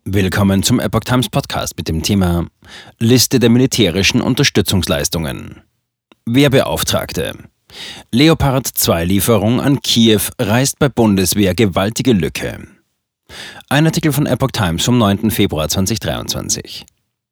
Willkommen zum Epoch Times Podcast mit dem Thema Liste der militärischen Unterstützungsleistungen. Wehrbeauftragte. Leopard 2 Lieferung an Kiew reißt bei Bundeswehr gewaltige Lücke. Ein Artikel von Epoch Times vom 9. Februar 2023.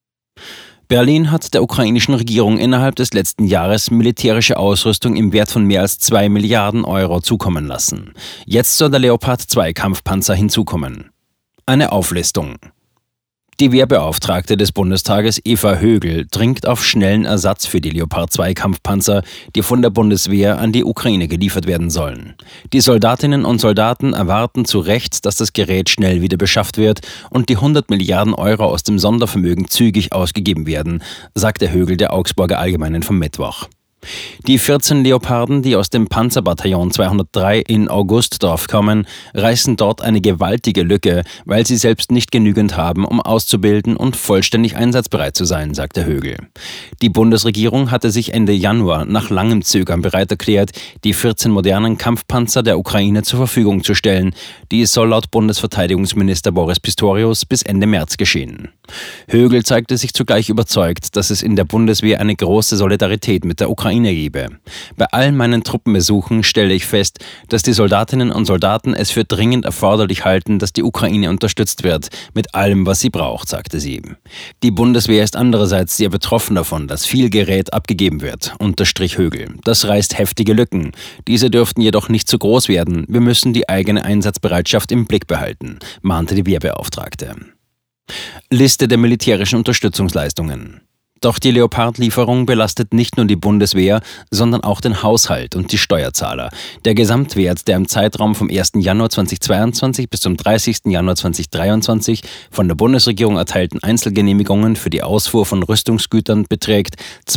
Berlin hat der ukrainischen Regierung innerhalb des letzten Jahres militärische Ausrüstung im Wert von mehr als 2 Milliarden Euro zukommen lassen. Jetzt soll der Leopard 2 Kampfpanzer hinzukommen. Eine Auflistung. Die Wehrbeauftragte des Bundestages Eva Högel dringt auf schnellen Ersatz für die Leopard 2 Kampfpanzer, die von der Bundeswehr an die Ukraine geliefert werden sollen. Die Soldatinnen und Soldaten erwarten zu Recht, dass das Gerät schnell wieder beschafft wird und die 100 Milliarden Euro aus dem Sondervermögen zügig ausgegeben werden, sagte Högel der Augsburger Allgemeinen vom Mittwoch. Die 14 Leoparden, die aus dem Panzerbataillon 203 in Augustdorf kommen, reißen dort eine gewaltige Lücke, weil sie selbst nicht genügend haben, um auszubilden und vollständig einsatzbereit zu sein, sagte Högel. Die Bundesregierung hatte sich Ende Januar nach langem Zögern bereit erklärt, die 14 modernen Kampfpanzer der Ukraine zur Verfügung zu stellen. Dies soll laut Bundesverteidigungsminister Boris Pistorius bis Ende März geschehen. Högel zeigte sich zugleich überzeugt, dass es in der Bundeswehr eine große Solidarität mit der Ukraine gebe. Bei all meinen Truppenbesuchen stelle ich fest, dass die Soldatinnen und Soldaten es für dringend erforderlich halten, dass die Ukraine unterstützt wird, mit allem, was sie braucht, sagte sie. Die Bundeswehr ist andererseits sehr betroffen davon, dass viel Gerät abgegeben wird, unterstrich Högel. Das reißt heftige Lücken. Diese dürften jedoch nicht zu groß werden. Wir müssen die eigene Einsatzbereitschaft im Blick behalten, mahnte die Wehrbeauftragte. Liste der militärischen Unterstützungsleistungen. Doch die Leopard-Lieferung belastet nicht nur die Bundeswehr, sondern auch den Haushalt und die Steuerzahler. Der Gesamtwert der im Zeitraum vom 1. Januar 2022 bis zum 30. Januar 2023 von der Bundesregierung erteilten Einzelgenehmigungen für die Ausfuhr von Rüstungsgütern beträgt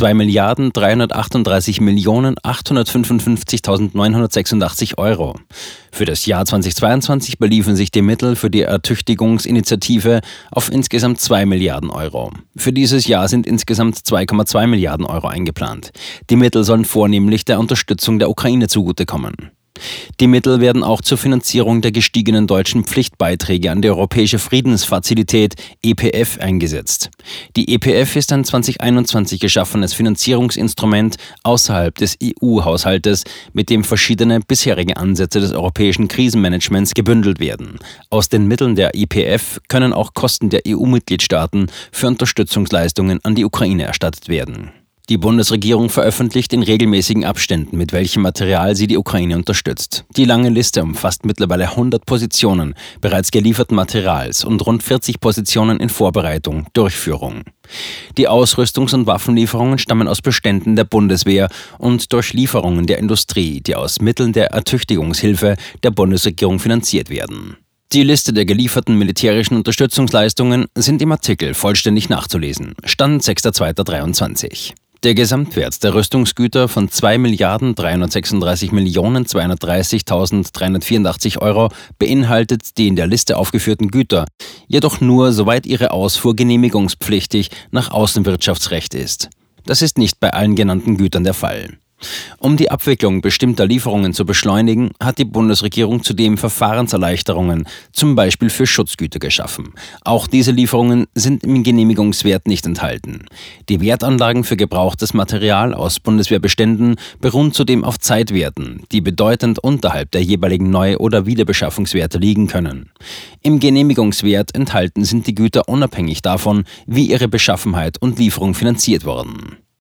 2.358.855.986 Euro. Für das Jahr 2022 beliefen sich die Mittel für die Ertüchtigungsinitiative auf insgesamt 2 Milliarden Euro. Für dieses Jahr sind insgesamt 2,2 Milliarden Euro eingeplant. Die Mittel sollen vornehmlich der Unterstützung der Ukraine zugutekommen. Die Mittel werden auch zur Finanzierung der gestiegenen deutschen Pflichtbeiträge an die Europäische Friedensfazilität EPF eingesetzt. Die EPF ist ein 2021 geschaffenes Finanzierungsinstrument außerhalb des EU-Haushaltes, mit dem verschiedene bisherige Ansätze des europäischen Krisenmanagements gebündelt werden. Aus den Mitteln der EPF können auch Kosten der EU-Mitgliedstaaten für Unterstützungsleistungen an die Ukraine erstattet werden. Die Bundesregierung veröffentlicht in regelmäßigen Abständen, mit welchem Material sie die Ukraine unterstützt. Die lange Liste umfasst mittlerweile 100 Positionen bereits gelieferten Materials und rund 40 Positionen in Vorbereitung, Durchführung. Die Ausrüstungs- und Waffenlieferungen stammen aus Beständen der Bundeswehr und durch Lieferungen der Industrie, die aus Mitteln der Ertüchtigungshilfe der Bundesregierung finanziert werden. Die Liste der gelieferten militärischen Unterstützungsleistungen sind im Artikel vollständig nachzulesen. Stand 6.2.23. Der Gesamtwert der Rüstungsgüter von 2.336.230.384 Euro beinhaltet die in der Liste aufgeführten Güter, jedoch nur, soweit ihre Ausfuhr genehmigungspflichtig nach Außenwirtschaftsrecht ist. Das ist nicht bei allen genannten Gütern der Fall. Um die Abwicklung bestimmter Lieferungen zu beschleunigen, hat die Bundesregierung zudem Verfahrenserleichterungen, zum Beispiel für Schutzgüter, geschaffen. Auch diese Lieferungen sind im Genehmigungswert nicht enthalten. Die Wertanlagen für gebrauchtes Material aus Bundeswehrbeständen beruhen zudem auf Zeitwerten, die bedeutend unterhalb der jeweiligen Neu- oder Wiederbeschaffungswerte liegen können. Im Genehmigungswert enthalten sind die Güter unabhängig davon, wie ihre Beschaffenheit und Lieferung finanziert wurden.